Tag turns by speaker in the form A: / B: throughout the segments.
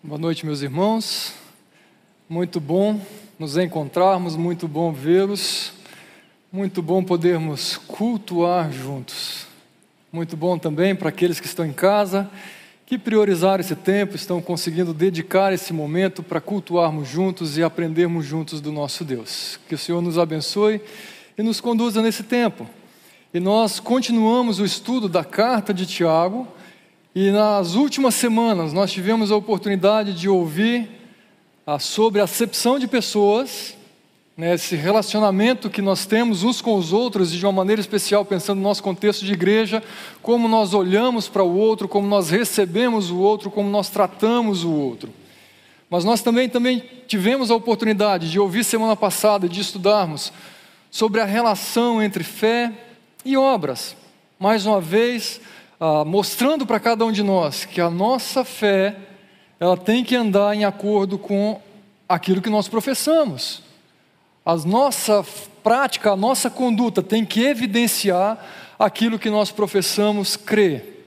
A: Boa noite, meus irmãos. Muito bom nos encontrarmos, muito bom vê-los, muito bom podermos cultuar juntos. Muito bom também para aqueles que estão em casa, que priorizaram esse tempo, estão conseguindo dedicar esse momento para cultuarmos juntos e aprendermos juntos do nosso Deus. Que o Senhor nos abençoe e nos conduza nesse tempo. E nós continuamos o estudo da carta de Tiago. E nas últimas semanas nós tivemos a oportunidade de ouvir sobre a acepção de pessoas, esse relacionamento que nós temos uns com os outros e de uma maneira especial pensando no nosso contexto de igreja, como nós olhamos para o outro, como nós recebemos o outro, como nós tratamos o outro. Mas nós também tivemos a oportunidade de ouvir semana passada, de estudarmos sobre a relação entre fé e obras. Mais uma vez, mostrando para cada um de nós que a nossa fé, ela tem que andar em acordo com aquilo que nós professamos. A nossa prática, a nossa conduta tem que evidenciar aquilo que nós professamos crer.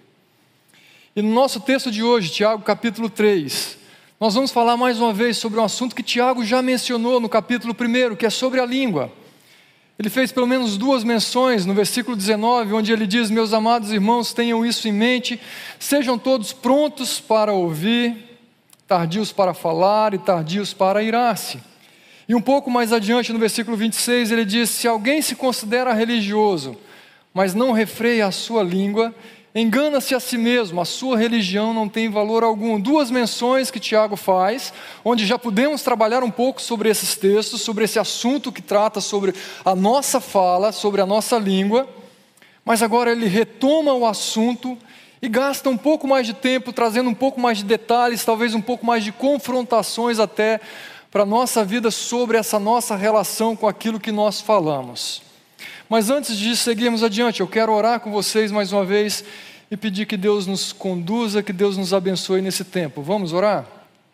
A: E no nosso texto de hoje, Tiago capítulo 3, nós vamos falar mais uma vez sobre um assunto que Tiago já mencionou no capítulo 1, que é sobre a língua. Ele fez pelo menos duas menções no versículo 19, onde ele diz: meus amados irmãos, tenham isso em mente, sejam todos prontos para ouvir, tardios para falar e tardios para irar-se. E um pouco mais adiante, no versículo 26, ele diz: se alguém se considera religioso, mas não refreia a sua língua, engana-se a si mesmo, a sua religião não tem valor algum. Duas menções que Tiago faz, onde já podemos trabalhar um pouco sobre esses textos, sobre esse assunto que trata sobre a nossa fala, sobre a nossa língua, mas agora ele retoma o assunto e gasta um pouco mais de tempo, trazendo um pouco mais de detalhes, talvez um pouco mais de confrontações até para a nossa vida sobre essa nossa relação com aquilo que nós falamos. Mas antes de seguirmos adiante, eu quero orar com vocês mais uma vez e pedir que Deus nos conduza, que Deus nos abençoe nesse tempo. Vamos orar?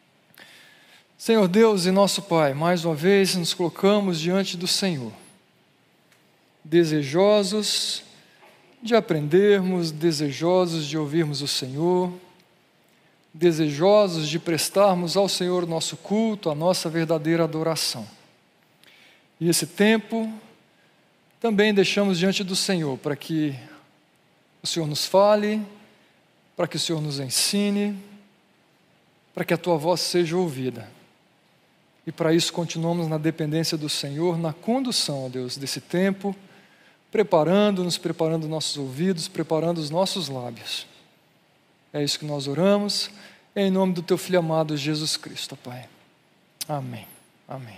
A: Senhor Deus e nosso Pai, mais uma vez nos colocamos diante do Senhor, desejosos de aprendermos, desejosos de ouvirmos o Senhor, desejosos de prestarmos ao Senhor nosso culto, a nossa verdadeira adoração. E esse tempo também deixamos diante do Senhor, para que o Senhor nos fale, para que o Senhor nos ensine, para que a Tua voz seja ouvida. E para isso continuamos na dependência do Senhor, na condução, ó Deus, desse tempo, preparando nossos ouvidos, preparando os nossos lábios. É isso que nós oramos, em nome do Teu Filho amado Jesus Cristo, Pai. Amém. Amém.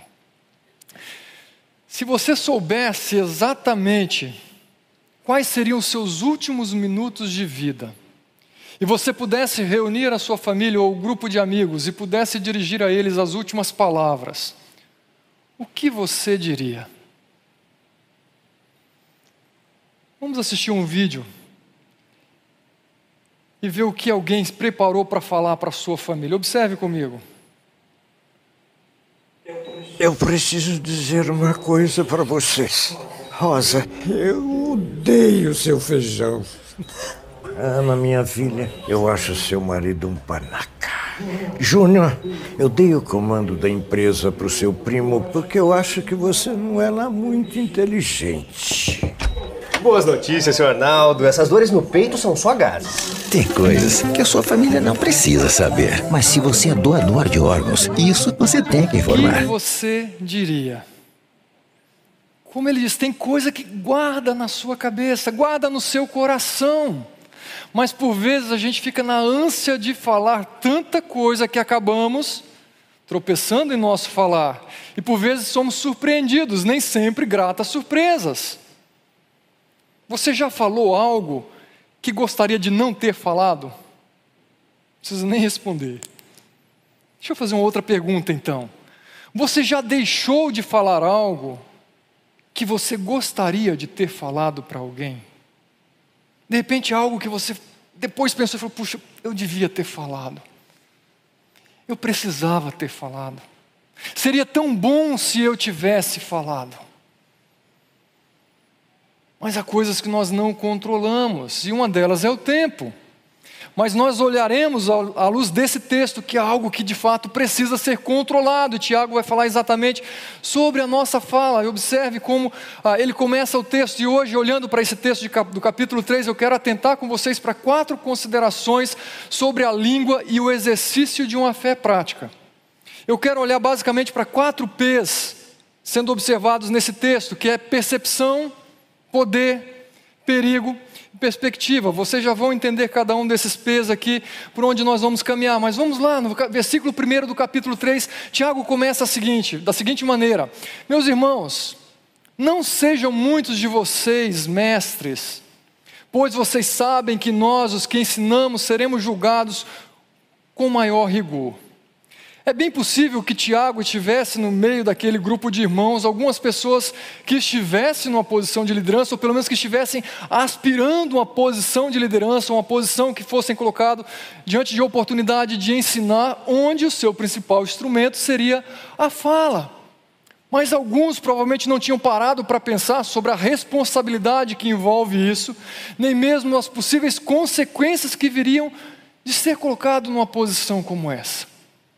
A: Se você soubesse exatamente quais seriam os seus últimos minutos de vida, e você pudesse reunir a sua família ou o grupo de amigos e pudesse dirigir a eles as últimas palavras, o que você diria? Vamos assistir um vídeo e ver o que alguém preparou para falar para a sua família. Observe comigo.
B: Eu preciso dizer uma coisa para vocês. Rosa, eu odeio seu feijão. Ana, minha filha, eu acho seu marido um panaca. Júnior, eu dei o comando da empresa para o seu primo porque eu acho que você não é lá muito inteligente.
C: Boas notícias, senhor Arnaldo. Essas dores no peito são só gases.
D: Tem coisas que a sua família não precisa saber. Mas se você é doador de órgãos, isso você tem que informar.
A: O que você diria? Como ele diz, tem coisa que guarda na sua cabeça, guarda no seu coração. Mas por vezes a gente fica na ânsia de falar tanta coisa que acabamos tropeçando em nosso falar. E por vezes somos surpreendidos, nem sempre gratas surpresas. Você já falou algo que gostaria de não ter falado? Não precisa nem responder. Deixa eu fazer uma outra pergunta então. Você já deixou de falar algo que você gostaria de ter falado para alguém? De repente algo que você depois pensou e falou: puxa, eu devia ter falado. Eu precisava ter falado. Seria tão bom se eu tivesse falado. Mas há coisas que nós não controlamos, e uma delas é o tempo. Mas nós olharemos à luz desse texto que é algo que de fato precisa ser controlado. E Tiago vai falar exatamente sobre a nossa fala. E observe como ele começa o texto. E hoje, olhando para esse texto do capítulo 3, eu quero atentar com vocês para 4 considerações sobre a língua e o exercício de uma fé prática. Eu quero olhar basicamente para 4 P's sendo observados nesse texto, que é percepção, poder, perigo e perspectiva. Vocês já vão entender cada um desses P's aqui, por onde nós vamos caminhar. Mas vamos lá, no versículo 1 do capítulo 3, Tiago começa da seguinte maneira: meus irmãos, não sejam muitos de vocês mestres, pois vocês sabem que nós, os que ensinamos, seremos julgados com maior rigor. É bem possível que Tiago estivesse no meio daquele grupo de irmãos, algumas pessoas que estivessem numa posição de liderança, ou pelo menos que estivessem aspirando uma posição de liderança, uma posição que fossem colocados diante de oportunidade de ensinar, onde o seu principal instrumento seria a fala. Mas alguns provavelmente não tinham parado para pensar sobre a responsabilidade que envolve isso, nem mesmo as possíveis consequências que viriam de ser colocado numa posição como essa.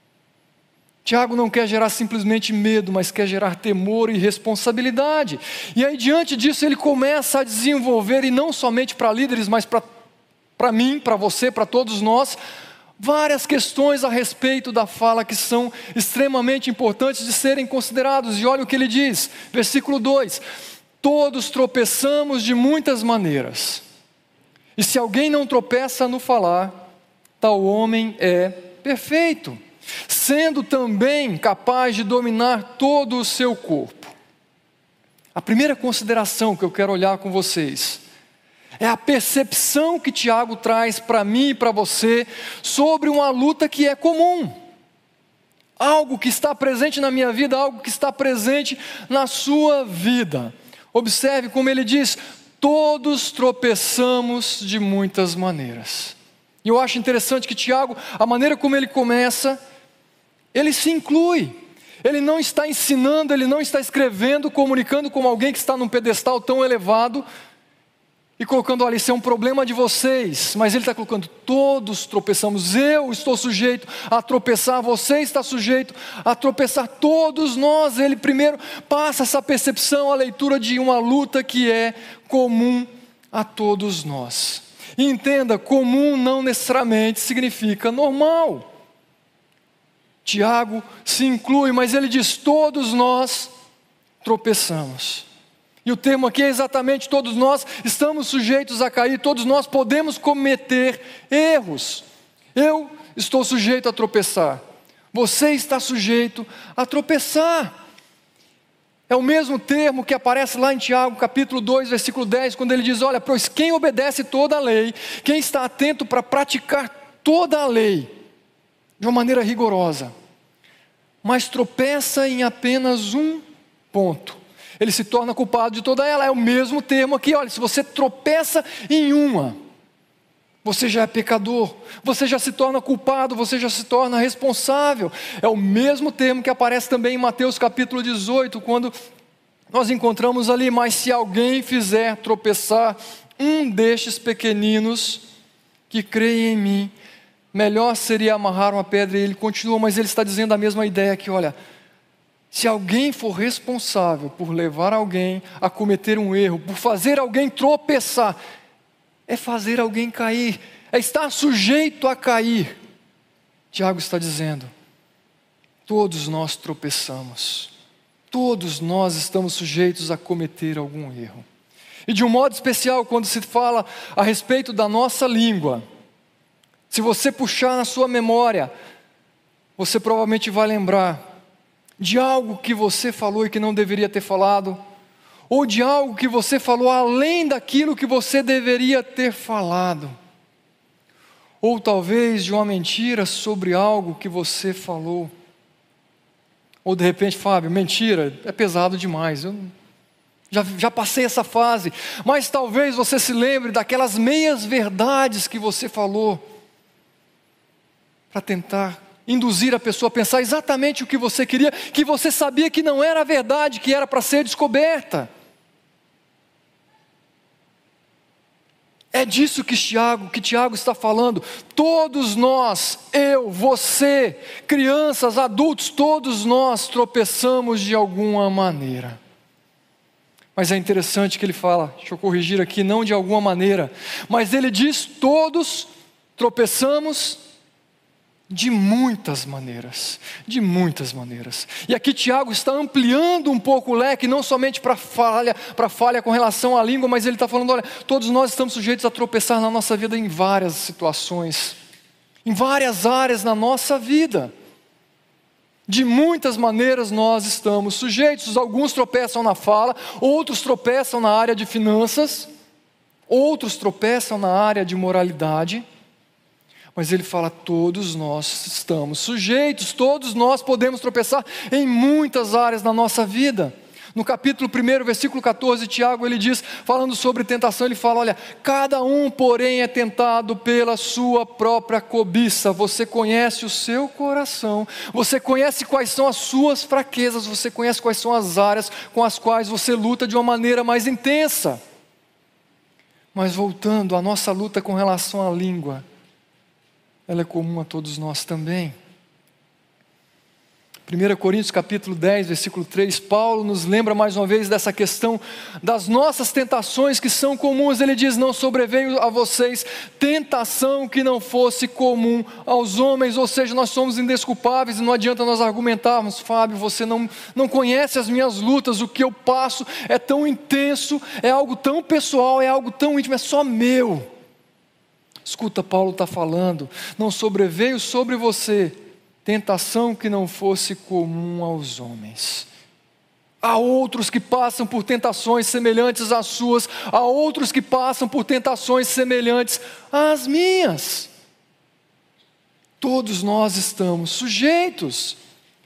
A: Tiago não quer gerar simplesmente medo, mas quer gerar temor e responsabilidade. E aí, diante disso, ele começa a desenvolver, e não somente para líderes, mas para mim, para você, para todos nós, várias questões a respeito da fala que são extremamente importantes de serem considerados. E olha o que ele diz, versículo 2: todos tropeçamos de muitas maneiras, e se alguém não tropeça no falar, tal homem é perfeito, sendo também capaz de dominar todo o seu corpo. A primeira consideração que eu quero olhar com vocês é a percepção que Tiago traz para mim e para você sobre uma luta que é comum. Algo que está presente na minha vida, algo que está presente na sua vida. Observe como ele diz: todos tropeçamos de muitas maneiras. E eu acho interessante que Tiago, a maneira como ele começa, ele se inclui. Ele não está ensinando, ele não está escrevendo, comunicando como alguém que está num pedestal tão elevado e colocando, olha, isso é um problema de vocês, mas ele está colocando, todos tropeçamos, eu estou sujeito a tropeçar, você está sujeito a tropeçar, todos nós. Ele primeiro passa essa percepção, a leitura de uma luta que é comum a todos nós. E entenda, comum não necessariamente significa normal. Tiago se inclui, mas ele diz, todos nós tropeçamos. E o termo aqui é exatamente, todos nós estamos sujeitos a cair, todos nós podemos cometer erros. Eu estou sujeito a tropeçar, você está sujeito a tropeçar. É o mesmo termo que aparece lá em Tiago, capítulo 2, versículo 10, quando ele diz, olha, pois quem obedece toda a lei, quem está atento para praticar toda a lei, de uma maneira rigorosa, mas tropeça em apenas um ponto, ele se torna culpado de toda ela. É o mesmo termo aqui, olha, se você tropeça em uma, você já é pecador, você já se torna culpado, você já se torna responsável. É o mesmo termo que aparece também em Mateus capítulo 18, quando nós encontramos ali, mas se alguém fizer tropeçar um destes pequeninos que creem em mim, melhor seria amarrar uma pedra. E ele continua, mas ele está dizendo a mesma ideia aqui, olha, se alguém for responsável por levar alguém a cometer um erro, por fazer alguém tropeçar, é fazer alguém cair, é estar sujeito a cair. Tiago está dizendo, todos nós tropeçamos, todos nós estamos sujeitos a cometer algum erro. E de um modo especial, quando se fala a respeito da nossa língua, se você puxar na sua memória, você provavelmente vai lembrar de algo que você falou e que não deveria ter falado, ou de algo que você falou além daquilo que você deveria ter falado, ou talvez de uma mentira sobre algo que você falou, ou de repente, Fábio, mentira é pesado demais, eu já passei essa fase, mas talvez você se lembre daquelas meias verdades que você falou, para tentar induzir a pessoa a pensar exatamente o que você queria, que você sabia que não era a verdade, que era para ser descoberta. É disso que Tiago está falando. Todos nós, eu, você, crianças, adultos, todos nós tropeçamos de alguma maneira. Mas é interessante que ele fala, deixa eu corrigir aqui, não de alguma maneira, mas ele diz: todos tropeçamos de muitas maneiras, de muitas maneiras. E aqui Tiago está ampliando um pouco o leque, não somente para falha com relação à língua, mas ele está falando: olha, todos nós estamos sujeitos a tropeçar na nossa vida em várias situações, em várias áreas na nossa vida. De muitas maneiras nós estamos sujeitos. Alguns tropeçam na fala, outros tropeçam na área de finanças, outros tropeçam na área de moralidade. Mas ele fala: todos nós estamos sujeitos, todos nós podemos tropeçar em muitas áreas da nossa vida. No capítulo 1, versículo 14, Tiago, ele diz, falando sobre tentação, ele fala: olha, cada um, porém, é tentado pela sua própria cobiça. Você conhece o seu coração, você conhece quais são as suas fraquezas, você conhece quais são as áreas com as quais você luta de uma maneira mais intensa. Mas voltando à nossa luta com relação à língua, ela é comum a todos nós também. 1 Coríntios capítulo 10, versículo 3, Paulo nos lembra mais uma vez dessa questão das nossas tentações que são comuns. Ele diz: não sobreveio a vocês tentação que não fosse comum aos homens. Ou seja, nós somos indesculpáveis e não adianta nós argumentarmos: Fábio, você não conhece as minhas lutas, o que eu passo é tão intenso, é algo tão pessoal, é algo tão íntimo, é só meu. Escuta, Paulo está falando: não sobreveio sobre você tentação que não fosse comum aos homens. Há outros que passam por tentações semelhantes às suas, há outros que passam por tentações semelhantes às minhas. Todos nós estamos sujeitos.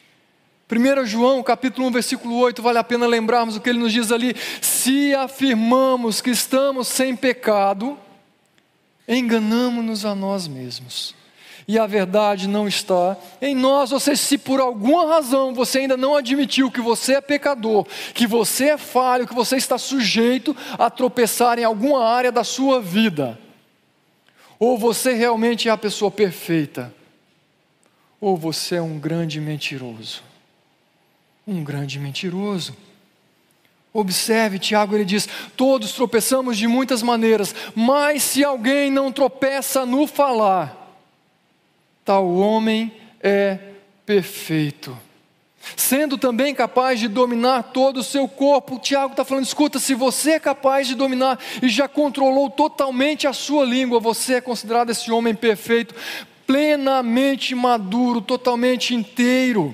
A: 1 João capítulo 1, versículo 8, vale a pena lembrarmos o que ele nos diz ali: se afirmamos que estamos sem pecado, enganamo-nos a nós mesmos, e a verdade não está em nós. Ou seja, se por alguma razão você ainda não admitiu que você é pecador, que você é falho, que você está sujeito a tropeçar em alguma área da sua vida, ou você realmente é a pessoa perfeita, ou você é um grande mentiroso. Um grande mentiroso. Observe, Tiago, ele diz: todos tropeçamos de muitas maneiras, mas se alguém não tropeça no falar, tal homem é perfeito, sendo também capaz de dominar todo o seu corpo. Tiago está falando: escuta, se você é capaz de dominar e já controlou totalmente a sua língua, você é considerado esse homem perfeito, plenamente maduro, totalmente inteiro.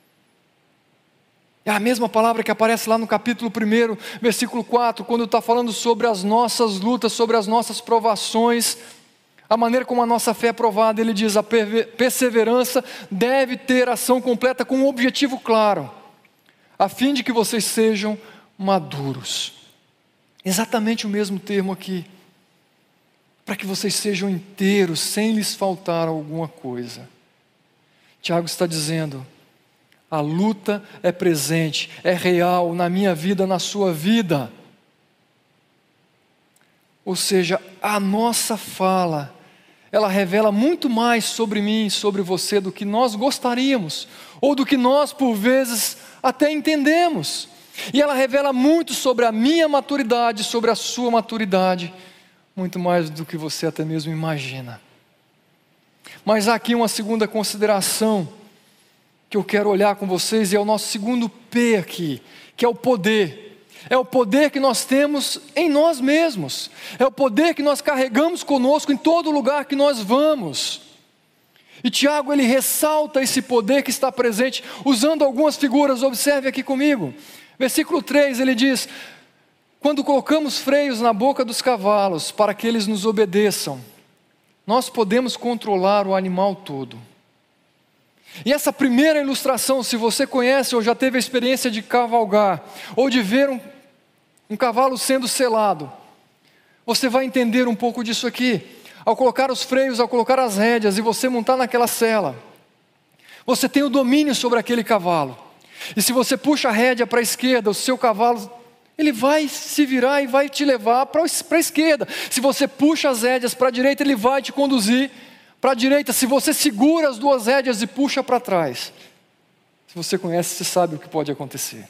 A: É a mesma palavra que aparece lá no capítulo 1, versículo 4, quando está falando sobre as nossas lutas, sobre as nossas provações, a maneira como a nossa fé é provada. Ele diz: a perseverança deve ter ação completa com um objetivo claro, a fim de que vocês sejam maduros. Exatamente o mesmo termo aqui, para que vocês sejam inteiros, sem lhes faltar alguma coisa. Tiago está dizendo: a luta é presente, é real na minha vida, na sua vida. Ou seja, a nossa fala, ela revela muito mais sobre mim e sobre você do que nós gostaríamos, ou do que nós por vezes até entendemos. E ela revela muito sobre a minha maturidade, sobre a sua maturidade, muito mais do que você até mesmo imagina. Mas há aqui uma segunda consideração que eu quero olhar com vocês, e é o nosso segundo P aqui, que é o poder. É o poder que nós temos em nós mesmos, é o poder que nós carregamos conosco em todo lugar que nós vamos. E Tiago, ele ressalta esse poder que está presente, usando algumas figuras. Observe aqui comigo, versículo 3, ele diz: quando colocamos freios na boca dos cavalos, para que eles nos obedeçam, nós podemos controlar o animal todo. E essa primeira ilustração, se você conhece ou já teve a experiência de cavalgar, ou de ver um cavalo sendo selado, você vai entender um pouco disso aqui. Ao colocar os freios, ao colocar as rédeas e você montar naquela sela, você tem o domínio sobre aquele cavalo. E se você puxa a rédea para a esquerda, o seu cavalo Ele vai se virar e vai te levar para a esquerda. Se você puxa as rédeas para a direita, Ele vai te conduzir para a direita. Se você segura as duas rédeas e puxa para trás, se você conhece, você sabe o que pode acontecer.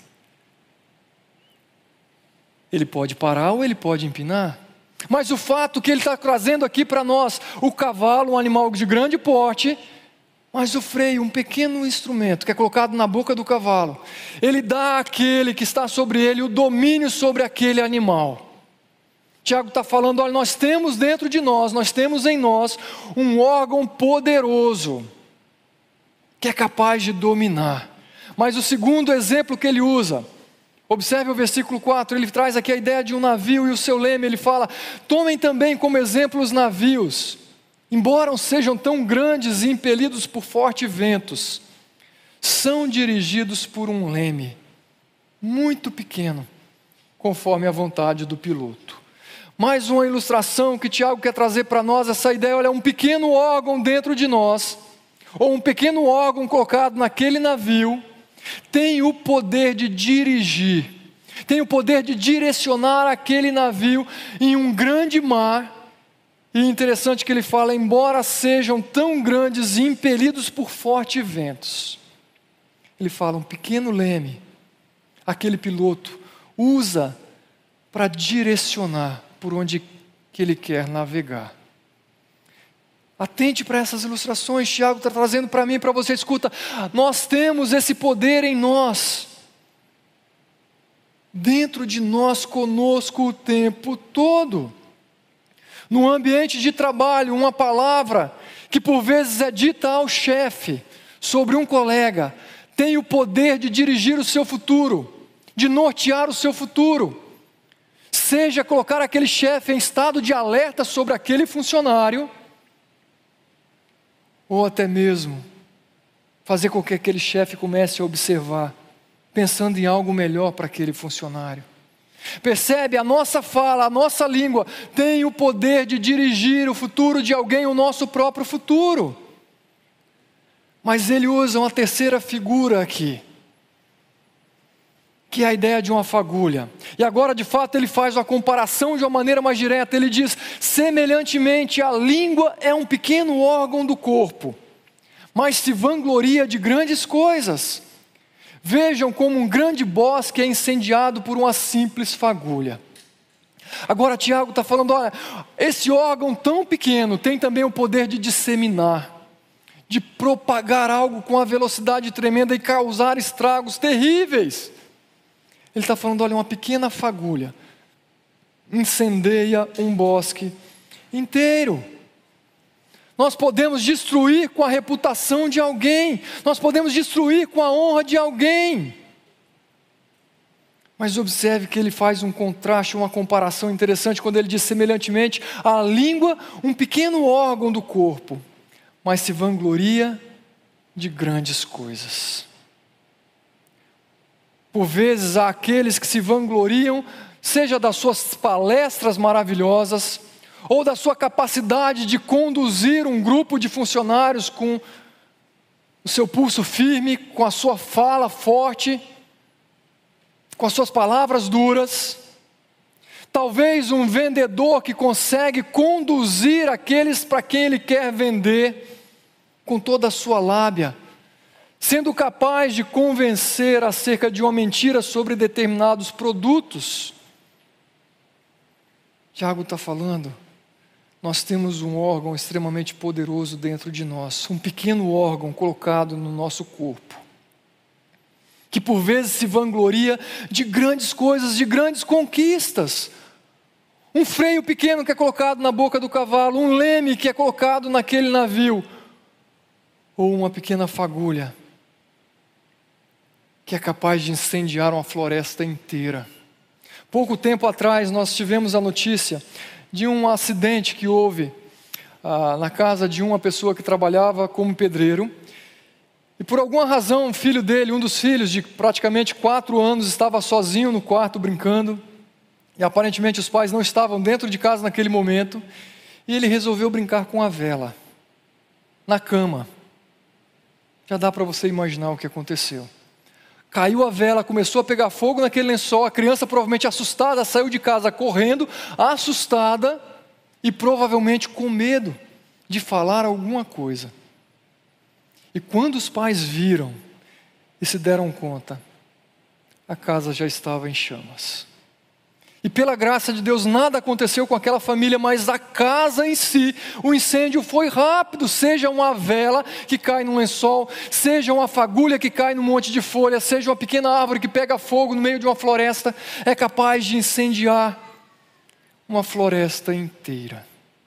A: Ele pode parar ou ele pode empinar. Mas o fato que Ele está trazendo aqui para nós, o cavalo, um animal de grande porte, mas o freio, um pequeno instrumento que é colocado na boca do cavalo, ele dá àquele que está sobre ele o domínio sobre aquele animal. Tiago está falando, olha, nós temos dentro de nós, nós temos em nós um órgão poderoso, que é capaz de dominar. Mas o segundo exemplo que ele usa, observe o versículo 4, ele traz aqui a ideia de um navio e o seu leme, ele fala, tomem também como exemplo os navios, embora sejam tão grandes e impelidos por fortes ventos, são dirigidos por um leme, muito pequeno, conforme a vontade do piloto. Mais uma ilustração que Tiago quer trazer para nós, essa ideia, olha, um pequeno órgão dentro de nós, ou um pequeno órgão colocado naquele navio, tem o poder de dirigir, tem o poder de direcionar aquele navio em um grande mar. E interessante que ele fala, embora sejam tão grandes e impelidos por fortes ventos. Ele fala, um pequeno leme, aquele piloto usa para direcionar por onde que ele quer navegar. Atente para essas ilustrações, Tiago está trazendo para mim e para você, escuta, nós temos esse poder em nós, dentro de nós, conosco o tempo todo. No ambiente de trabalho, uma palavra que por vezes é dita ao chefe sobre um colega, tem o poder de dirigir o seu futuro, de nortear o seu futuro. Seja colocar aquele chefe em estado de alerta sobre aquele funcionário, ou até mesmo fazer com que aquele chefe comece a observar, pensando em algo melhor para aquele funcionário. Percebe? A nossa fala, a nossa língua tem o poder de dirigir o futuro de alguém, o nosso próprio futuro. Mas ele usa uma terceira figura aqui, que é a ideia de uma fagulha. E agora de fato ele faz uma comparação de uma maneira mais direta. Ele diz, semelhantemente a língua é um pequeno órgão do corpo, mas se vangloria de grandes coisas. Vejam como um grande bosque é incendiado por uma simples fagulha. Agora Tiago está falando, olha, esse órgão tão pequeno tem também o poder de disseminar, de propagar algo com uma velocidade tremenda e causar estragos terríveis. Ele está falando, olha, uma pequena fagulha incendeia um bosque inteiro. Nós podemos destruir com a reputação de alguém, nós podemos destruir com a honra de alguém. Mas observe que ele faz um contraste, uma comparação interessante quando ele diz semelhantemente, a língua, um pequeno órgão do corpo, mas se vangloria de grandes coisas. Por vezes há aqueles que se vangloriam, seja das suas palestras maravilhosas, ou da sua capacidade de conduzir um grupo de funcionários com o seu pulso firme, com a sua fala forte, com as suas palavras duras. Talvez um vendedor que consegue conduzir aqueles para quem ele quer vender, com toda a sua lábia, sendo capaz de convencer acerca de uma mentira sobre determinados produtos. Tiago está falando, nós temos um órgão extremamente poderoso dentro de nós, um pequeno órgão colocado no nosso corpo, que por vezes se vangloria de grandes coisas, de grandes conquistas. Um freio pequeno que é colocado na boca do cavalo, um leme que é colocado naquele navio, ou uma pequena fagulha que é capaz de incendiar uma floresta inteira. Pouco tempo atrás nós tivemos a notícia de um acidente que houve na casa de uma pessoa que trabalhava como pedreiro, e por alguma razão um filho dele, um dos filhos de praticamente 4 anos, estava sozinho no quarto brincando, e aparentemente os pais não estavam dentro de casa naquele momento, e ele resolveu brincar com a vela, na cama. Já dá para você imaginar o que aconteceu. Caiu a vela, começou a pegar fogo naquele lençol, a criança provavelmente assustada, saiu de casa correndo, assustada e provavelmente com medo de falar alguma coisa. E quando os pais viram e se deram conta, a casa já estava em chamas. E pela graça de Deus nada aconteceu com aquela família, mas a casa em si, o incêndio foi rápido. Seja uma vela que cai num lençol, seja uma fagulha que cai num monte de folha, seja uma pequena árvore que pega fogo no meio de uma floresta, é capaz de incendiar uma floresta inteira.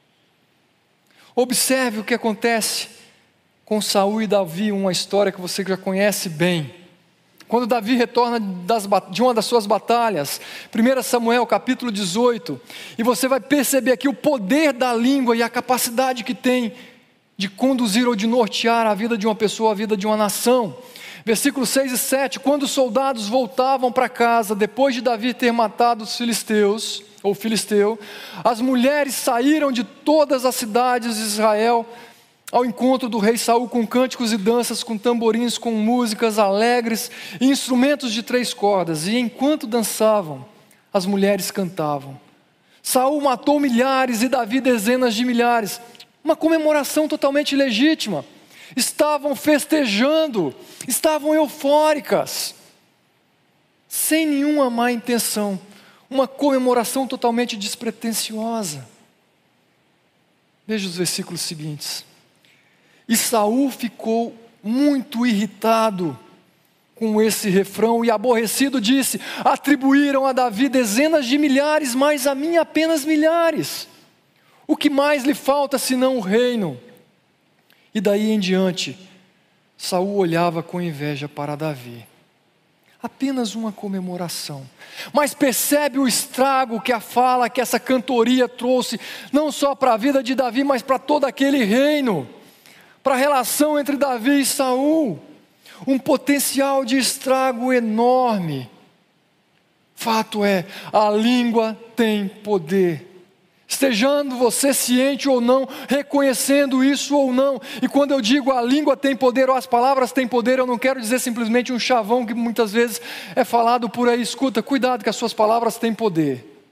A: Observe o que acontece com Saul e Davi, uma história que você já conhece bem. Quando Davi retorna de uma das suas batalhas, 1 Samuel capítulo 18, e você vai perceber aqui o poder da língua e a capacidade que tem de conduzir ou de nortear a vida de uma pessoa, a vida de uma nação. Versículos 6 e 7, quando os soldados voltavam para casa, depois de Davi ter matado os filisteus, ou filisteu, as mulheres saíram de todas as cidades de Israel, ao encontro do rei Saul com cânticos e danças, com tamborins, com músicas alegres e instrumentos de 3 cordas. E enquanto dançavam, as mulheres cantavam. Saul matou milhares e Davi dezenas de milhares. Uma comemoração totalmente legítima. Estavam festejando, estavam eufóricas, sem nenhuma má intenção. Uma comemoração totalmente despretensiosa. Veja os versículos seguintes. E Saul ficou muito irritado com esse refrão e aborrecido disse: atribuíram a Davi dezenas de milhares, mas a mim apenas milhares. O que mais lhe falta senão o reino? E daí em diante, Saul olhava com inveja para Davi. Apenas uma comemoração. Mas percebe o estrago que a fala, que essa cantoria trouxe, não só para a vida de Davi, mas para todo aquele reino. Para a relação entre Davi e Saul, um potencial de estrago enorme. Fato é, a língua tem poder. Estejando você ciente ou não, reconhecendo isso ou não. E quando eu digo a língua tem poder ou as palavras têm poder, eu não quero dizer simplesmente um chavão que muitas vezes é falado por aí. Escuta, cuidado que as suas palavras têm poder.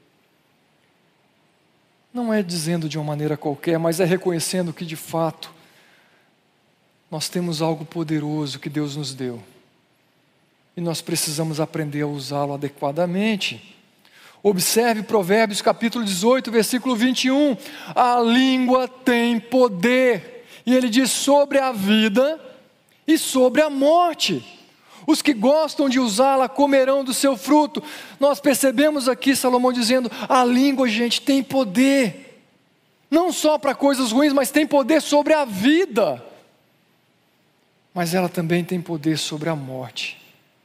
A: Não é dizendo de uma maneira qualquer, mas é reconhecendo que de fato nós temos algo poderoso que Deus nos deu. E nós precisamos aprender a usá-lo adequadamente. Observe Provérbios capítulo 18, versículo 21. A língua tem poder. E ele diz sobre a vida e sobre a morte. Os que gostam de usá-la comerão do seu fruto. Nós percebemos aqui Salomão dizendo, a língua, gente, tem poder. Não só para coisas ruins, mas tem poder sobre a vida. Mas ela também tem poder sobre a morte.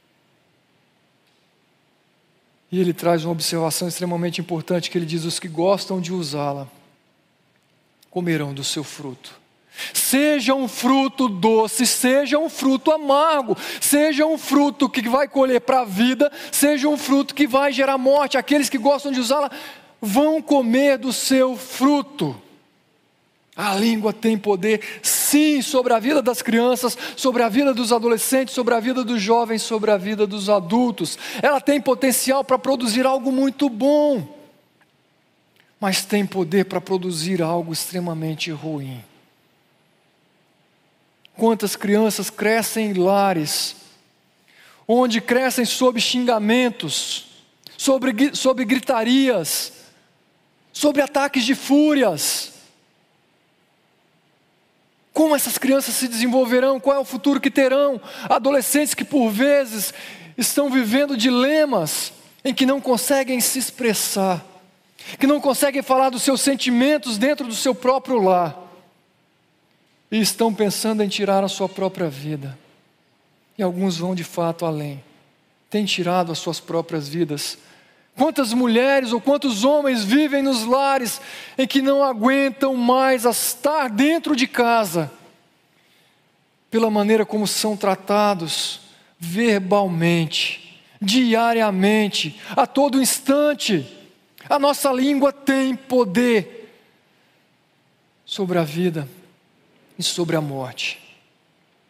A: E ele traz uma observação extremamente importante, que ele diz, os que gostam de usá-la, comerão do seu fruto. Seja um fruto doce, seja um fruto amargo, seja um fruto que vai colher para a vida, seja um fruto que vai gerar morte, aqueles que gostam de usá-la, vão comer do seu fruto. A língua tem poder, sim, sobre a vida das crianças, sobre a vida dos adolescentes, sobre a vida dos jovens, sobre a vida dos adultos. Ela tem potencial para produzir algo muito bom, mas tem poder para produzir algo extremamente ruim. Quantas crianças crescem em lares, onde crescem sob xingamentos, sob gritarias, sobre ataques de fúrias. Como essas crianças se desenvolverão? Qual é o futuro que terão? Adolescentes que por vezes estão vivendo dilemas em que não conseguem se expressar, que não conseguem falar dos seus sentimentos dentro do seu próprio lar, e estão pensando em tirar a sua própria vida. E alguns vão de fato além, têm tirado as suas próprias vidas. Quantas mulheres ou quantos homens vivem nos lares em que não aguentam mais estar dentro de casa, pela maneira como são tratados verbalmente, diariamente, a todo instante. A nossa língua tem poder sobre a vida e sobre a morte.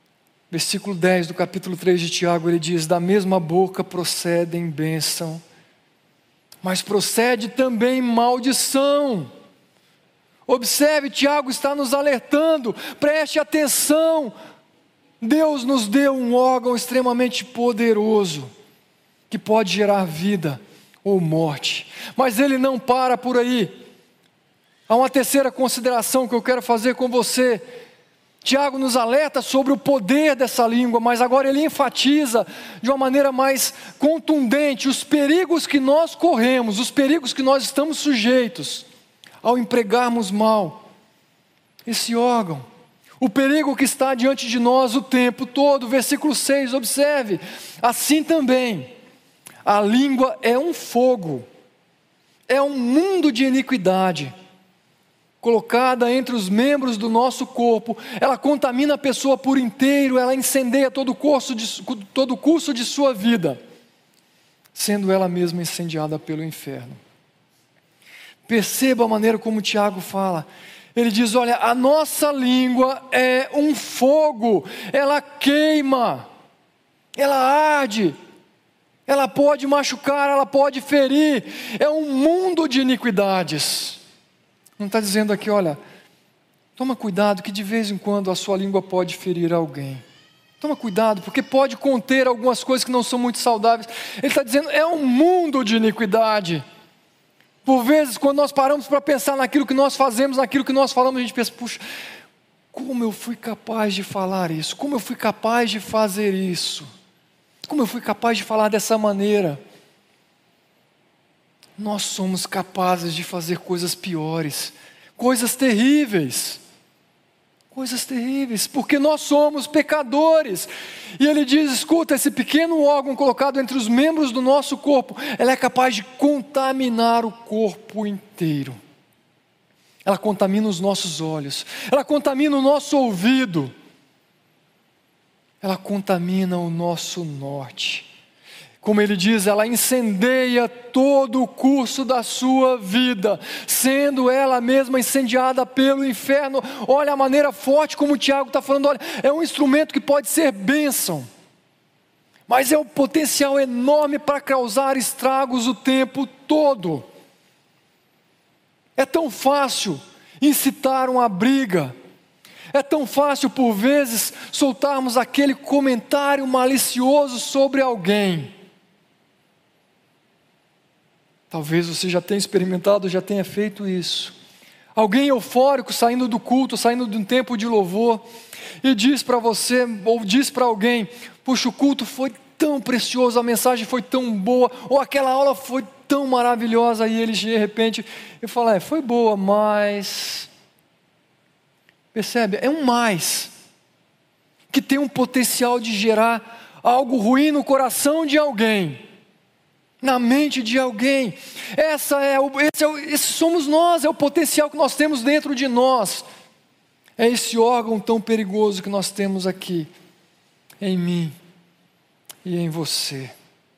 A: Versículo 10 do capítulo 3 de Tiago, ele diz: da mesma boca procedem bênção, mas procede também maldição. Observe, Tiago está nos alertando, preste atenção. Deus nos deu um órgão extremamente poderoso, que pode gerar vida ou morte, mas ele não para por aí. Há uma terceira consideração que eu quero fazer com você. Tiago nos alerta sobre o poder dessa língua, mas agora ele enfatiza de uma maneira mais contundente os perigos que nós corremos, os perigos que nós estamos sujeitos ao empregarmos mal esse órgão. O perigo que está diante de nós o tempo todo. Versículo 6, observe: assim também, a língua é um fogo, é um mundo de iniquidade, colocada entre os membros do nosso corpo. Ela contamina a pessoa por inteiro, ela incendeia todo o curso de sua vida, sendo ela mesma incendiada pelo inferno. Perceba a maneira como Tiago fala. Ele diz: olha, a nossa língua é um fogo, ela queima, ela arde, ela pode machucar, ela pode ferir, é um mundo de iniquidades. Não está dizendo aqui, olha, toma cuidado que de vez em quando a sua língua pode ferir alguém. Toma cuidado, porque pode conter algumas coisas que não são muito saudáveis. Ele está dizendo, é um mundo de iniquidade. Por vezes, quando nós paramos para pensar naquilo que nós fazemos, naquilo que nós falamos, a gente pensa: puxa, como eu fui capaz de falar isso? Como eu fui capaz de fazer isso? Como eu fui capaz de falar dessa maneira? Nós somos capazes de fazer coisas piores, coisas terríveis, porque nós somos pecadores. E ele diz: escuta, esse pequeno órgão colocado entre os membros do nosso corpo, ela é capaz de contaminar o corpo inteiro. Ela contamina os nossos olhos, ela contamina o nosso ouvido, ela contamina o nosso norte. Como ele diz, ela incendeia todo o curso da sua vida, sendo ela mesma incendiada pelo inferno. Olha a maneira forte como o Tiago está falando. Olha, é um instrumento que pode ser bênção, mas é um potencial enorme para causar estragos o tempo todo. É tão fácil incitar uma briga, é tão fácil por vezes soltarmos aquele comentário malicioso sobre alguém. Talvez você já tenha experimentado, já tenha feito isso. Alguém eufórico saindo do culto, saindo de um tempo de louvor, e diz para você, ou diz para alguém: puxa, o culto foi tão precioso, a mensagem foi tão boa, ou aquela aula foi tão maravilhosa, e ele de repente, eu falo: foi boa, mas... Percebe? É um mais, que tem um potencial de gerar algo ruim no coração de alguém, na mente de alguém. Esse somos nós, é o potencial que nós temos dentro de nós. É esse órgão tão perigoso que nós temos aqui, em mim e em você.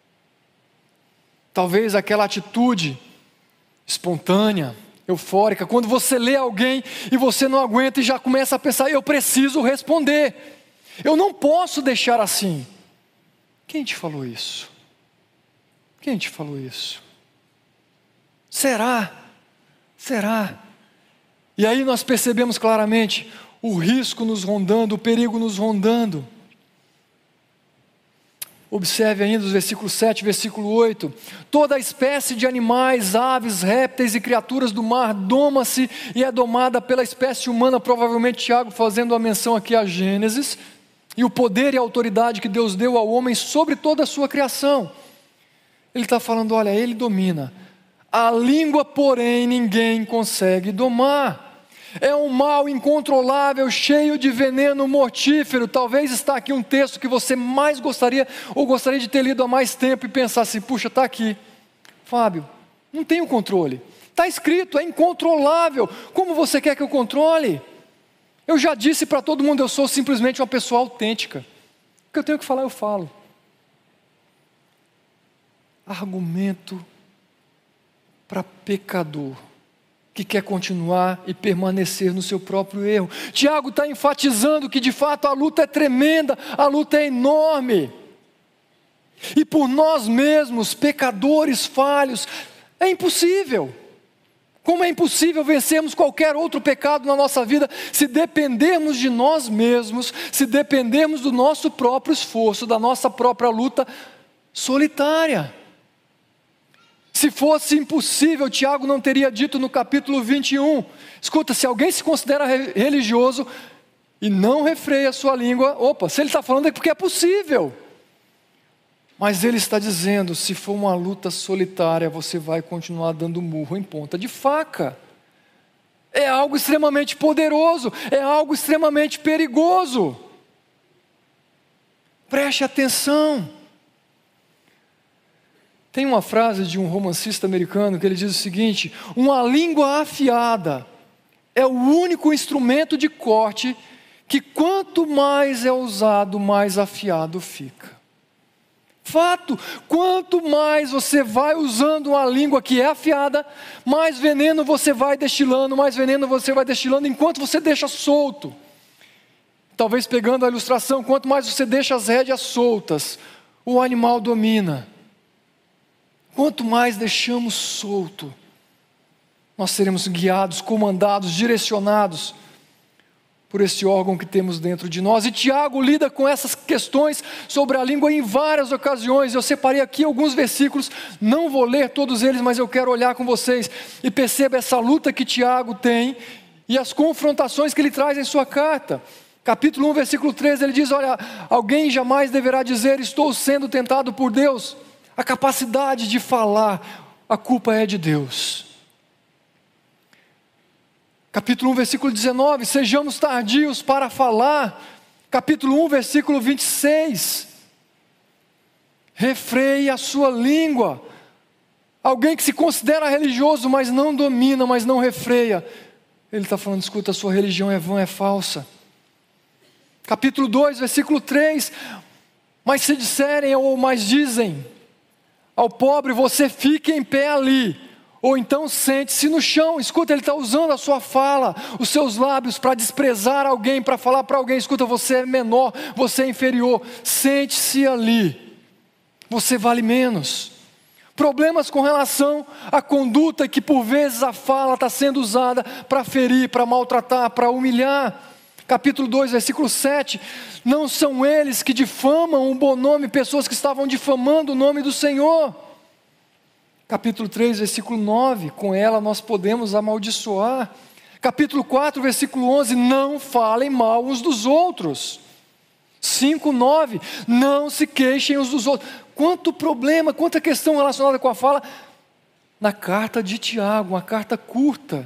A: Talvez aquela atitude espontânea, eufórica, quando você lê alguém e você não aguenta e já começa a pensar: eu preciso responder, eu não posso deixar assim. Quem te falou isso? Quem te falou isso? Será? E aí nós percebemos claramente o risco nos rondando, o perigo nos rondando. Observe ainda os versículos 7 e versículo 8. Toda espécie de animais, aves, répteis e criaturas do mar doma-se e é domada pela espécie humana. Provavelmente Tiago fazendo a menção aqui a Gênesis, e o poder e a autoridade que Deus deu ao homem sobre toda a sua criação. Ele está falando: olha, ele domina. A língua, porém, ninguém consegue domar. É um mal incontrolável, cheio de veneno mortífero. Talvez está aqui um texto que você mais gostaria, ou gostaria de ter lido há mais tempo, e pensar assim: puxa, está aqui, Fábio, não tenho controle. Está escrito, é incontrolável. Como você quer que eu controle? Eu já disse para todo mundo, eu sou simplesmente uma pessoa autêntica. O que eu tenho que falar, eu falo. Argumento para pecador que quer continuar e permanecer no seu próprio erro. Tiago está enfatizando que de fato a luta é tremenda, a luta é enorme. E por nós mesmos, pecadores falhos, é impossível. Como é impossível vencermos qualquer outro pecado na nossa vida se dependermos de nós mesmos, se dependermos do nosso próprio esforço, da nossa própria luta solitária. Se fosse impossível, Tiago não teria dito no capítulo 21, escuta, se alguém se considera religioso e não refreia a sua língua, se ele está falando é porque é possível. Mas ele está dizendo, se for uma luta solitária, você vai continuar dando murro em ponta de faca. É algo extremamente poderoso, é algo extremamente perigoso. Preste atenção. Tem uma frase de um romancista americano que ele diz o seguinte: uma língua afiada é o único instrumento de corte que quanto mais é usado, mais afiado fica. Fato, quanto mais você vai usando uma língua que é afiada, mais veneno você vai destilando, enquanto você deixa solto. Talvez pegando a ilustração, quanto mais você deixa as rédeas soltas, o animal domina. Quanto mais deixamos solto, nós seremos guiados, comandados, direcionados por esse órgão que temos dentro de nós. E Tiago lida com essas questões sobre a língua em várias ocasiões. Eu separei aqui alguns versículos, não vou ler todos eles, mas eu quero olhar com vocês e perceba essa luta que Tiago tem e as confrontações que ele traz em sua carta. Capítulo 1, versículo 13, ele diz: olha, alguém jamais deverá dizer, estou sendo tentado por Deus. A capacidade de falar, a culpa é de Deus. Capítulo 1, versículo 19, sejamos tardios para falar. Capítulo 1, versículo 26, refreie a sua língua. Alguém que se considera religioso, mas não domina, mas não refreia, ele está falando, escuta, a sua religião é vã, é falsa. Capítulo 2, versículo 3, mas se disserem ou mais dizem ao pobre, você fique em pé ali, ou então sente-se no chão. Escuta, ele está usando a sua fala, os seus lábios para desprezar alguém, para falar para alguém, escuta, você é menor, você é inferior, sente-se ali, você vale menos. Problemas com relação à conduta, que por vezes a fala está sendo usada para ferir, para maltratar, para humilhar. Capítulo 2, versículo 7, não são eles que difamam um bom nome, pessoas que estavam difamando o nome do Senhor. Capítulo 3, versículo 9, com ela nós podemos amaldiçoar. Capítulo 4, versículo 11, não falem mal uns dos outros. 5, 9, não se queixem uns dos outros. Quanto problema, quanta questão relacionada com a fala na carta de Tiago, uma carta curta.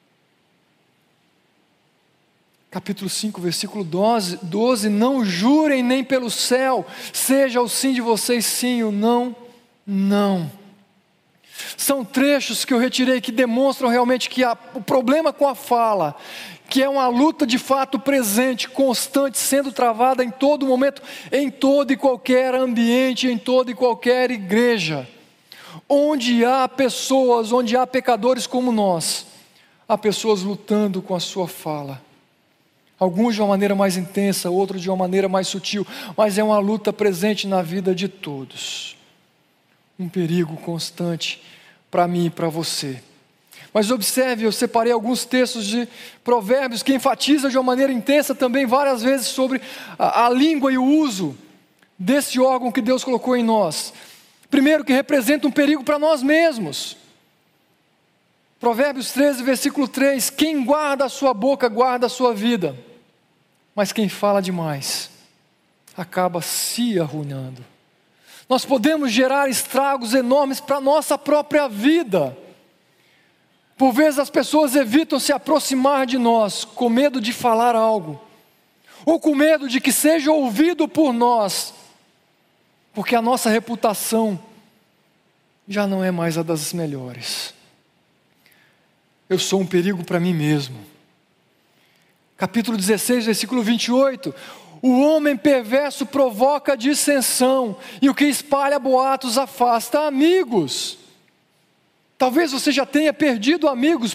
A: Capítulo 5, versículo 12, não jurem nem pelo céu, seja o sim de vocês sim, o não, não. São trechos que eu retirei que demonstram realmente que o problema com a fala, que é uma luta de fato presente, constante, sendo travada em todo momento, em todo e qualquer ambiente, em toda e qualquer igreja. Onde há pessoas, onde há pecadores como nós, há pessoas lutando com a sua fala. Alguns de uma maneira mais intensa, outros de uma maneira mais sutil, mas é uma luta presente na vida de todos. Um perigo constante para mim e para você. Mas observe, eu separei alguns textos de Provérbios que enfatizam de uma maneira intensa também várias vezes sobre a língua e o uso desse órgão que Deus colocou em nós. Primeiro, que representa um perigo para nós mesmos. Provérbios 13, versículo 3, quem guarda a sua boca, guarda a sua vida, mas quem fala demais, acaba se arruinando. Nós podemos gerar estragos enormes para a nossa própria vida. Por vezes as pessoas evitam se aproximar de nós, com medo de falar algo, ou com medo de que seja ouvido por nós, porque a nossa reputação já não é mais a das melhores. Eu sou um perigo para mim mesmo. Capítulo 16, versículo 28. O homem perverso provoca dissensão, e o que espalha boatos afasta amigos. Talvez você já tenha perdido amigos por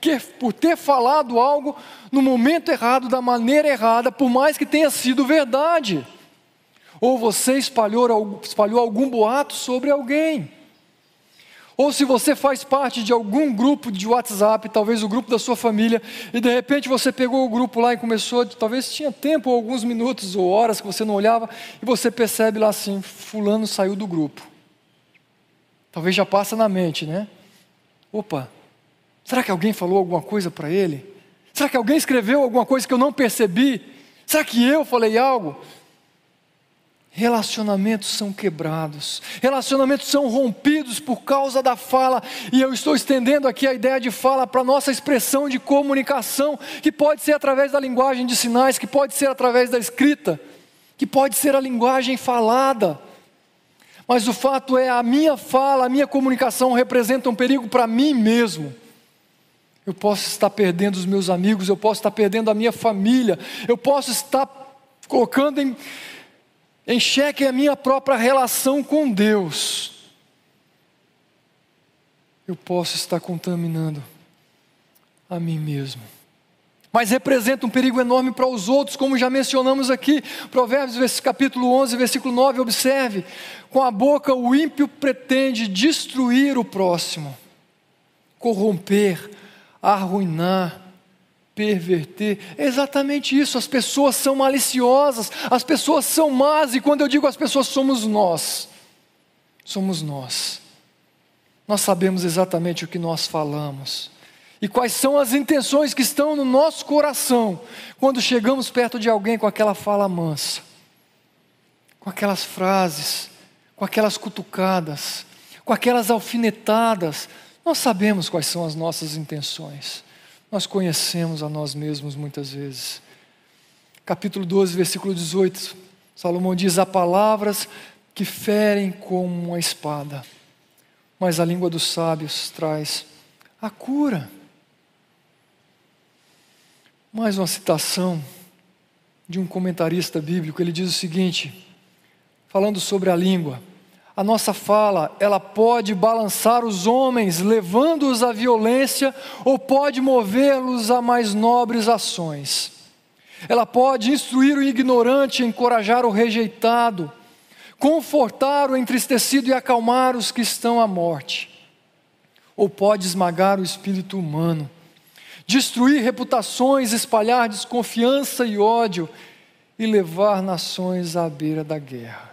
A: por ter falado algo no momento errado, da maneira errada, por mais que tenha sido verdade. Ou você espalhou algum boato sobre alguém. Ou se você faz parte de algum grupo de WhatsApp, talvez o grupo da sua família, e de repente você pegou o grupo lá e começou, talvez tinha tempo, ou alguns minutos ou horas que você não olhava, e você percebe lá assim, fulano saiu do grupo. Talvez já passa na mente, né? Opa, será que alguém falou alguma coisa para ele? Será que alguém escreveu alguma coisa que eu não percebi? Será que eu falei algo? Relacionamentos são quebrados, relacionamentos são rompidos por causa da fala, e eu estou estendendo aqui a ideia de fala para a nossa expressão de comunicação, que pode ser através da linguagem de sinais, que pode ser através da escrita, que pode ser a linguagem falada. Mas o fato é, a minha fala, a minha comunicação representa um perigo para mim mesmo. Eu posso estar perdendo os meus amigos, eu posso estar perdendo a minha família, eu posso estar colocando em xeque a minha própria relação com Deus. Eu posso estar contaminando a mim mesmo. Mas representa um perigo enorme para os outros, como já mencionamos aqui. Provérbios capítulo 11, versículo 9, observe. Com a boca o ímpio pretende destruir o próximo, corromper, arruinar, perverter. É exatamente isso. As pessoas são maliciosas, as pessoas são más, e quando eu digo as pessoas, somos nós. Somos nós. Nós sabemos exatamente o que nós falamos e quais são as intenções que estão no nosso coração quando chegamos perto de alguém com aquela fala mansa, com aquelas frases, com aquelas cutucadas, com aquelas alfinetadas. Nós sabemos quais são as nossas intenções. Nós conhecemos a nós mesmos muitas vezes. Capítulo 12, versículo 18, Salomão diz: há palavras que ferem como uma espada, mas a língua dos sábios traz a cura. Mais uma citação de um comentarista bíblico. Ele diz o seguinte, falando sobre a língua: a nossa fala, ela pode balançar os homens, levando-os à violência, ou pode movê-los a mais nobres ações. Ela pode instruir o ignorante, encorajar o rejeitado, confortar o entristecido e acalmar os que estão à morte. Ou pode esmagar o espírito humano, destruir reputações, espalhar desconfiança e ódio e levar nações à beira da guerra.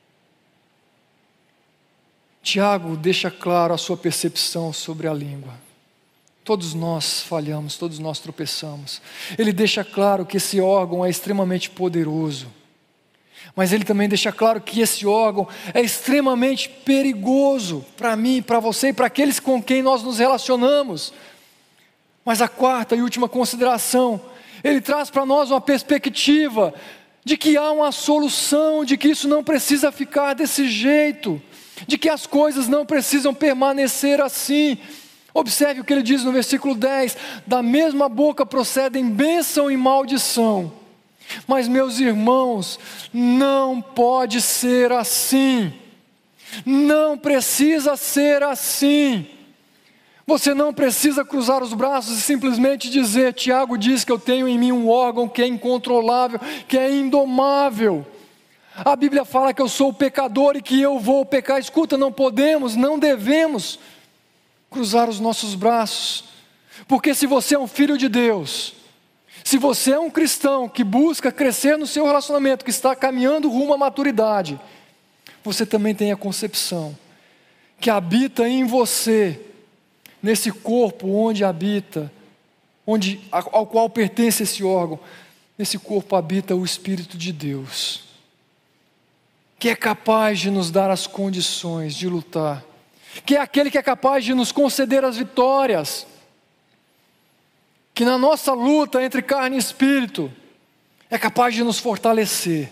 A: Tiago deixa claro a sua percepção sobre a língua. Todos nós falhamos, todos nós tropeçamos. Ele deixa claro que esse órgão é extremamente poderoso, mas ele também deixa claro que esse órgão é extremamente perigoso para mim, para você e para aqueles com quem nós nos relacionamos. Mas a quarta e última consideração, ele traz para nós uma perspectiva de que há uma solução, de que isso não precisa ficar desse jeito, de que as coisas não precisam permanecer assim. Observe o que ele diz no versículo 10: da mesma boca procedem bênção e maldição. Mas meus irmãos, não pode ser assim, não precisa ser assim. Você não precisa cruzar os braços e simplesmente dizer: Tiago diz que eu tenho em mim um órgão que é incontrolável, que é indomável. A Bíblia fala que eu sou pecador e que eu vou pecar. Escuta, não podemos, não devemos cruzar os nossos braços, porque se você é um filho de Deus, se você é um cristão que busca crescer no seu relacionamento, que está caminhando rumo à maturidade, você também tem a concepção que habita em você, nesse corpo onde habita, ao qual pertence esse órgão, nesse corpo habita o Espírito de Deus, que é capaz de nos dar as condições de lutar, que é aquele que é capaz de nos conceder as vitórias, que na nossa luta entre carne e espírito, é capaz de nos fortalecer,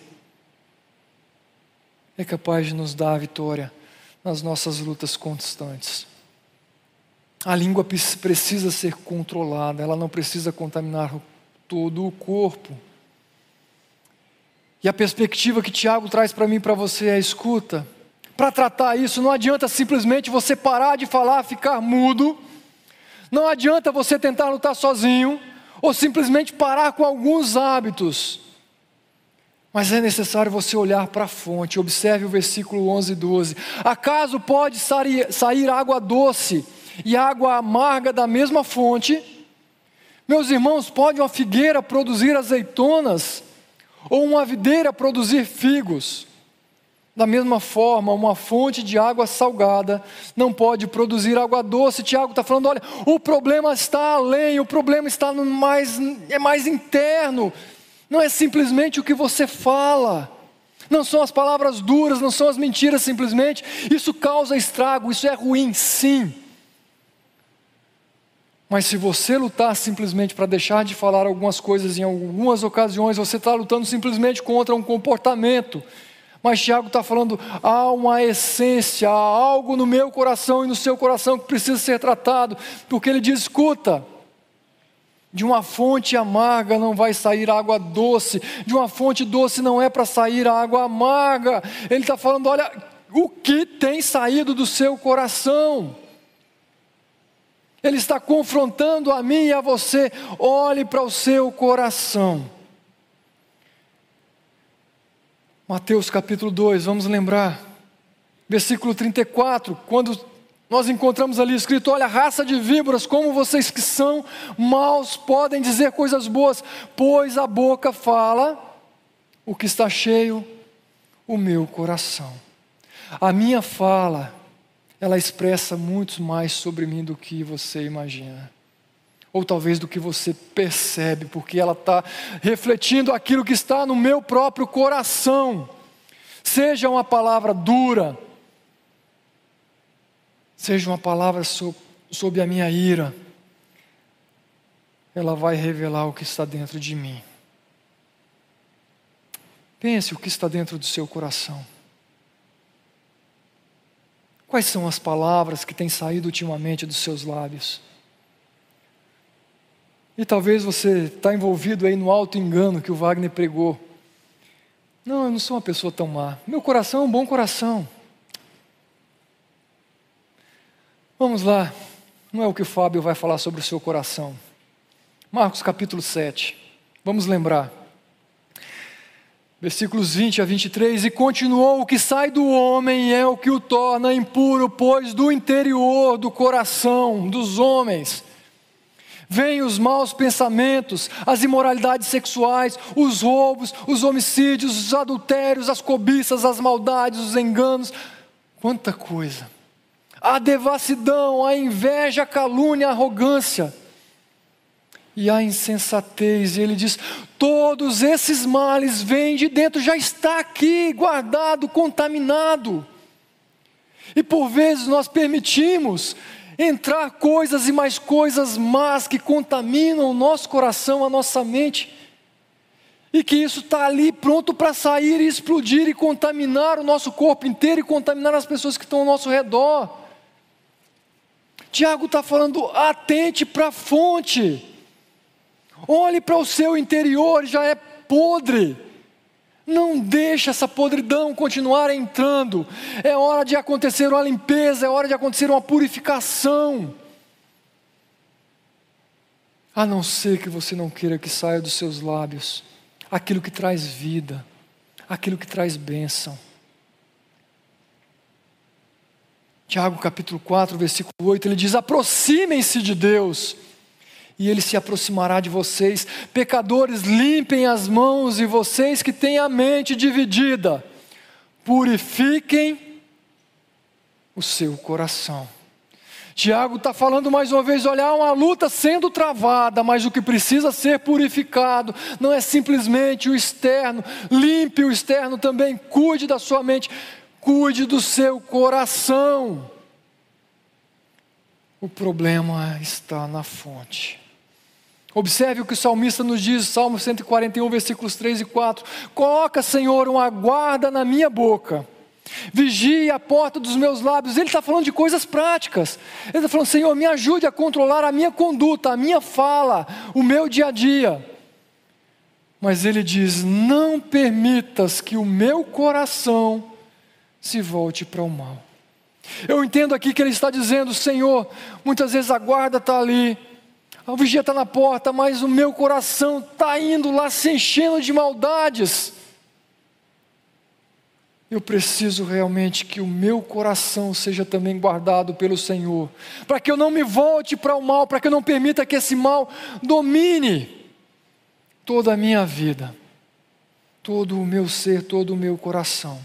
A: é capaz de nos dar a vitória nas nossas lutas constantes. A língua precisa ser controlada, ela não precisa contaminar todo o corpo. E a perspectiva que Tiago traz para mim e para você é: escuta, para tratar isso não adianta simplesmente você parar de falar, ficar mudo, Não adianta você tentar lutar sozinho, ou simplesmente parar com alguns hábitos. Mas é necessário você olhar para a fonte. Observe o versículo 11 e 12. Acaso pode sair água doce e água amarga da mesma fonte? Meus irmãos, pode uma figueira produzir azeitonas? Ou uma videira produzir figos? Da mesma forma, uma fonte de água salgada não pode produzir água doce. Tiago está falando, olha, o problema está além, o problema está mais interno. Não é simplesmente o que você fala, não são as palavras duras, não são as mentiras simplesmente. Isso causa estrago, isso é ruim, sim. Mas se você lutar simplesmente para deixar de falar algumas coisas em algumas ocasiões, você está lutando simplesmente contra um comportamento. Mas Tiago está falando, há uma essência, há algo no meu coração e no seu coração que precisa ser tratado. Porque ele diz, escuta, de uma fonte amarga não vai sair água doce, de uma fonte doce não é para sair água amarga. Ele está falando, olha, o que tem saído do seu coração? Ele está confrontando a mim e a você, olhe para o seu coração. Mateus capítulo 2, vamos lembrar, versículo 34, quando nós encontramos ali escrito, olha, raça de víboras, como vocês que são maus podem dizer coisas boas, pois a boca fala o que está cheio o meu coração. A minha fala, ela expressa muito mais sobre mim do que você imagina. Ou talvez do que você percebe, porque ela está refletindo aquilo que está no meu próprio coração. Seja uma palavra dura, seja uma palavra sob a minha ira, ela vai revelar o que está dentro de mim. Pense o que está dentro do seu coração. Quais são as palavras que têm saído ultimamente dos seus lábios? E talvez você está envolvido aí no auto-engano que o Wagner pregou. Não, eu não sou uma pessoa tão má. Meu coração é um bom coração. Vamos lá. Não é o que o Fábio vai falar sobre o seu coração. Marcos capítulo 7. Vamos lembrar. Versículos 20 a 23. E continuou, o que sai do homem é o que o torna impuro, pois do interior do coração dos homens vêm os maus pensamentos, as imoralidades sexuais, os roubos, os homicídios, os adultérios, as cobiças, as maldades, os enganos. Quanta coisa! A devassidão, a inveja, a calúnia, a arrogância e a insensatez. E ele diz, todos esses males vêm de dentro, já está aqui, guardado, contaminado. E por vezes nós permitimos entrar coisas e mais coisas más que contaminam o nosso coração, a nossa mente, e que isso está ali pronto para sair e explodir e contaminar o nosso corpo inteiro e contaminar as pessoas que estão ao nosso redor. Tiago está falando, atente para a fonte, olhe para o seu interior, já é podre. Não deixe essa podridão continuar entrando. É hora de acontecer uma limpeza, é hora de acontecer uma purificação. A não ser que você não queira que saia dos seus lábios aquilo que traz vida, aquilo que traz bênção. Tiago capítulo 4, versículo 8, ele diz, aproximem-se de Deus, e Ele se aproximará de vocês. Pecadores, limpem as mãos, e vocês que têm a mente dividida, purifiquem o seu coração. Tiago está falando mais uma vez, olha, há uma luta sendo travada, mas o que precisa ser purificado não é simplesmente o externo. Limpe o externo também, cuide da sua mente, cuide do seu coração. O problema está na fonte. Observe o que o salmista nos diz, Salmo 141, versículos 3 e 4. Coloca, Senhor, uma guarda na minha boca, vigie a porta dos meus lábios. Ele está falando de coisas práticas. Ele está falando, Senhor, me ajude a controlar a minha conduta, a minha fala, o meu dia a dia. Mas ele diz, não permitas que o meu coração se volte para o mal. Eu entendo aqui que ele está dizendo: Senhor, muitas vezes a guarda está ali, a vigia está na porta, mas o meu coração está indo lá se enchendo de maldades. Eu preciso realmente que o meu coração seja também guardado pelo Senhor, para que eu não me volte para o mal, para que eu não permita que esse mal domine toda a minha vida, todo o meu ser, todo o meu coração.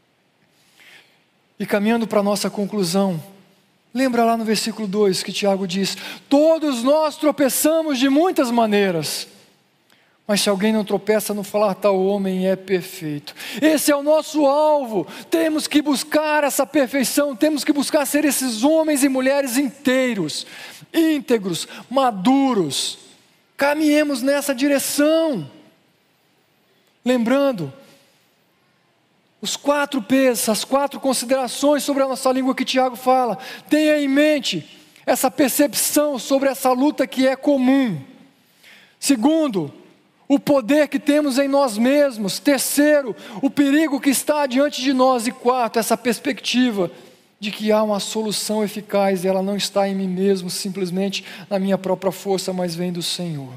A: E caminhando para a nossa conclusão, lembra lá no versículo 2 que Tiago diz: todos nós tropeçamos de muitas maneiras, mas se alguém não tropeça no falar, tal homem é perfeito. Esse é o nosso alvo. Temos que buscar essa perfeição, temos que buscar ser esses homens e mulheres inteiros, íntegros, maduros. Caminhemos nessa direção. Lembrando, os 4 P's, as 4 considerações sobre a nossa língua que Tiago fala. Tenha em mente essa percepção sobre essa luta que é comum. Segundo, o poder que temos em nós mesmos. Terceiro, o perigo que está diante de nós. E quarto, essa perspectiva de que há uma solução eficaz e ela não está em mim mesmo, simplesmente na minha própria força, mas vem do Senhor.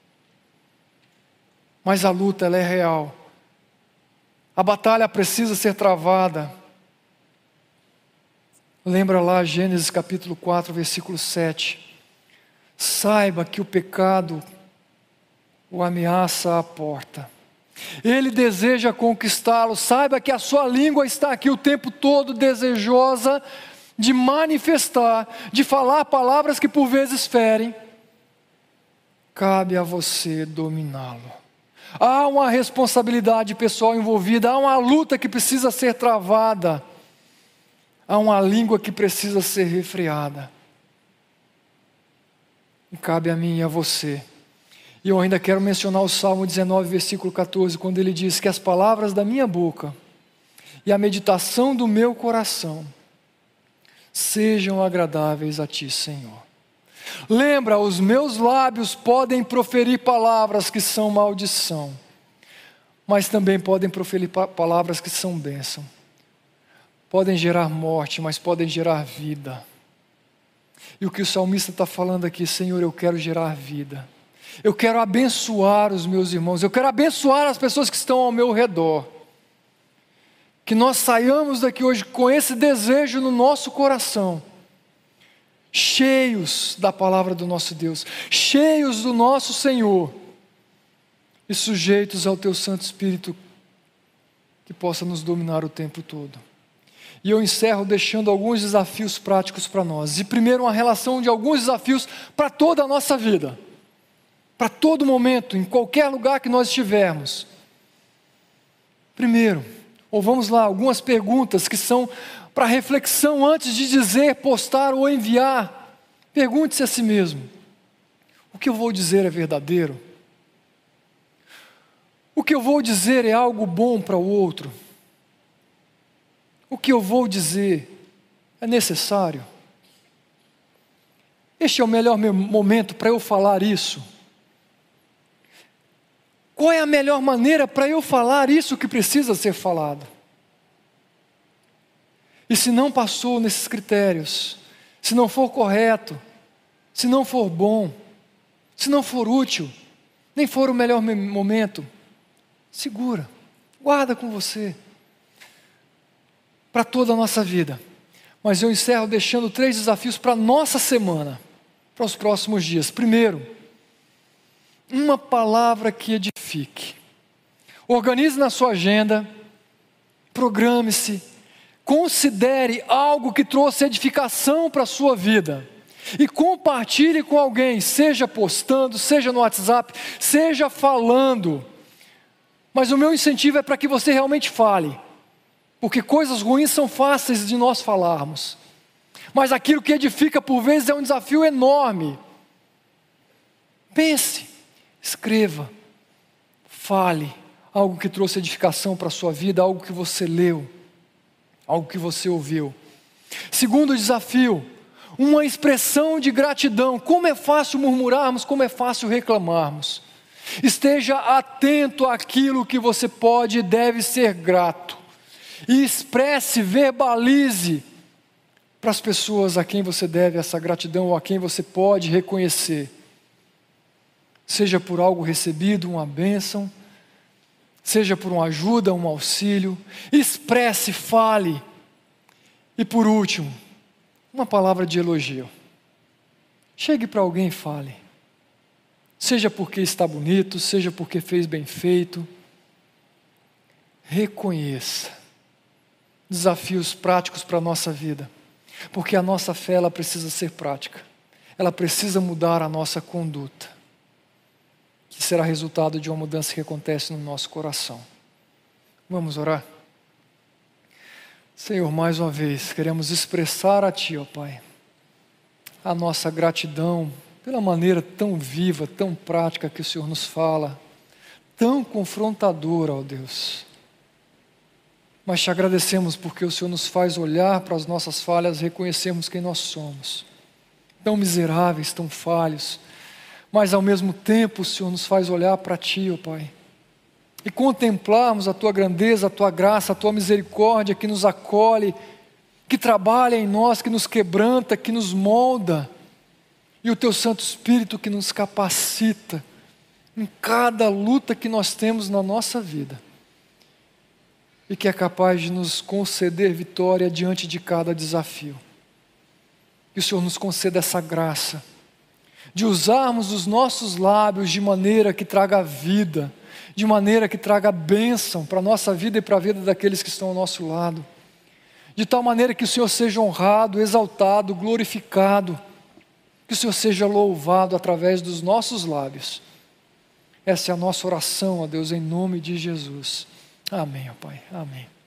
A: Mas a luta, ela é real. A batalha precisa ser travada. Lembra lá Gênesis capítulo 4, versículo 7. Saiba que o pecado o ameaça à porta. Ele deseja conquistá-lo. Saiba que a sua língua está aqui o tempo todo desejosa de manifestar, de falar palavras que por vezes ferem. Cabe a você dominá-lo. Há uma responsabilidade pessoal envolvida, há uma luta que precisa ser travada, há uma língua que precisa ser refreada. E cabe a mim e a você. E eu ainda quero mencionar o Salmo 19, versículo 14, quando ele diz que as palavras da minha boca e a meditação do meu coração sejam agradáveis a Ti, Senhor. Lembra, os meus lábios podem proferir palavras que são maldição, mas também podem proferir palavras que são bênção. Podem gerar morte, mas podem gerar vida. E o que o salmista está falando aqui: Senhor, eu quero gerar vida. Eu quero abençoar os meus irmãos, eu quero abençoar as pessoas que estão ao meu redor. Que nós saiamos daqui hoje com esse desejo no nosso coração, cheios da palavra do nosso Deus, cheios do nosso Senhor, e sujeitos ao Teu Santo Espírito, que possa nos dominar o tempo todo. E eu encerro deixando alguns desafios práticos para nós. E primeiro, uma relação de alguns desafios para toda a nossa vida, para todo momento, em qualquer lugar que nós estivermos. Primeiro, ou vamos lá, algumas perguntas que são para reflexão antes de dizer, postar ou enviar. Pergunte-se a si mesmo: o que eu vou dizer é verdadeiro? O que eu vou dizer é algo bom para o outro? O que eu vou dizer é necessário? Este é o melhor momento para eu falar isso? Qual é a melhor maneira para eu falar isso que precisa ser falado? E se não passou nesses critérios, se não for correto, se não for bom, se não for útil, nem for o melhor momento, segura, guarda com você, para toda a nossa vida. Mas eu encerro deixando 3 desafios para a nossa semana, para os próximos dias. Primeiro, uma palavra que edifique. Organize na sua agenda, programe-se, considere algo que trouxe edificação para a sua vida e compartilhe com alguém, seja postando, seja no WhatsApp, seja falando. Mas o meu incentivo é para que você realmente fale, porque coisas ruins são fáceis de nós falarmos, mas aquilo que edifica por vezes é um desafio enorme. Pense, escreva, fale algo que trouxe edificação para a sua vida, algo que você leu, algo que você ouviu. Segundo desafio, uma expressão de gratidão. Como é fácil murmurarmos, como é fácil reclamarmos. Esteja atento àquilo que você pode e deve ser grato. E expresse, verbalize para as pessoas a quem você deve essa gratidão ou a quem você pode reconhecer. Seja por algo recebido, uma bênção, seja por uma ajuda, um auxílio. Expresse, fale. E por último, uma palavra de elogio. Chegue para alguém e fale. Seja porque está bonito, seja porque fez bem feito. Reconheça. Desafios práticos para a nossa vida. Porque a nossa fé, ela precisa ser prática. Ela precisa mudar a nossa conduta. Que será resultado de uma mudança que acontece no nosso coração. Vamos orar? Senhor, mais uma vez, queremos expressar a Ti, ó Pai, a nossa gratidão pela maneira tão viva, tão prática que o Senhor nos fala, tão confrontadora, ó Deus. Mas Te agradecemos porque o Senhor nos faz olhar para as nossas falhas, reconhecermos quem nós somos, tão miseráveis, tão falhos, mas ao mesmo tempo o Senhor nos faz olhar para Ti, ó Pai, e contemplarmos a Tua grandeza, a Tua graça, a Tua misericórdia que nos acolhe, que trabalha em nós, que nos quebranta, que nos molda, e o Teu Santo Espírito que nos capacita em cada luta que nós temos na nossa vida, e que é capaz de nos conceder vitória diante de cada desafio. Que o Senhor nos conceda essa graça, de usarmos os nossos lábios de maneira que traga vida, de maneira que traga bênção para a nossa vida e para a vida daqueles que estão ao nosso lado. De tal maneira que o Senhor seja honrado, exaltado, glorificado, que o Senhor seja louvado através dos nossos lábios. Essa é a nossa oração, ó Deus, em nome de Jesus. Amém, ó Pai. Amém.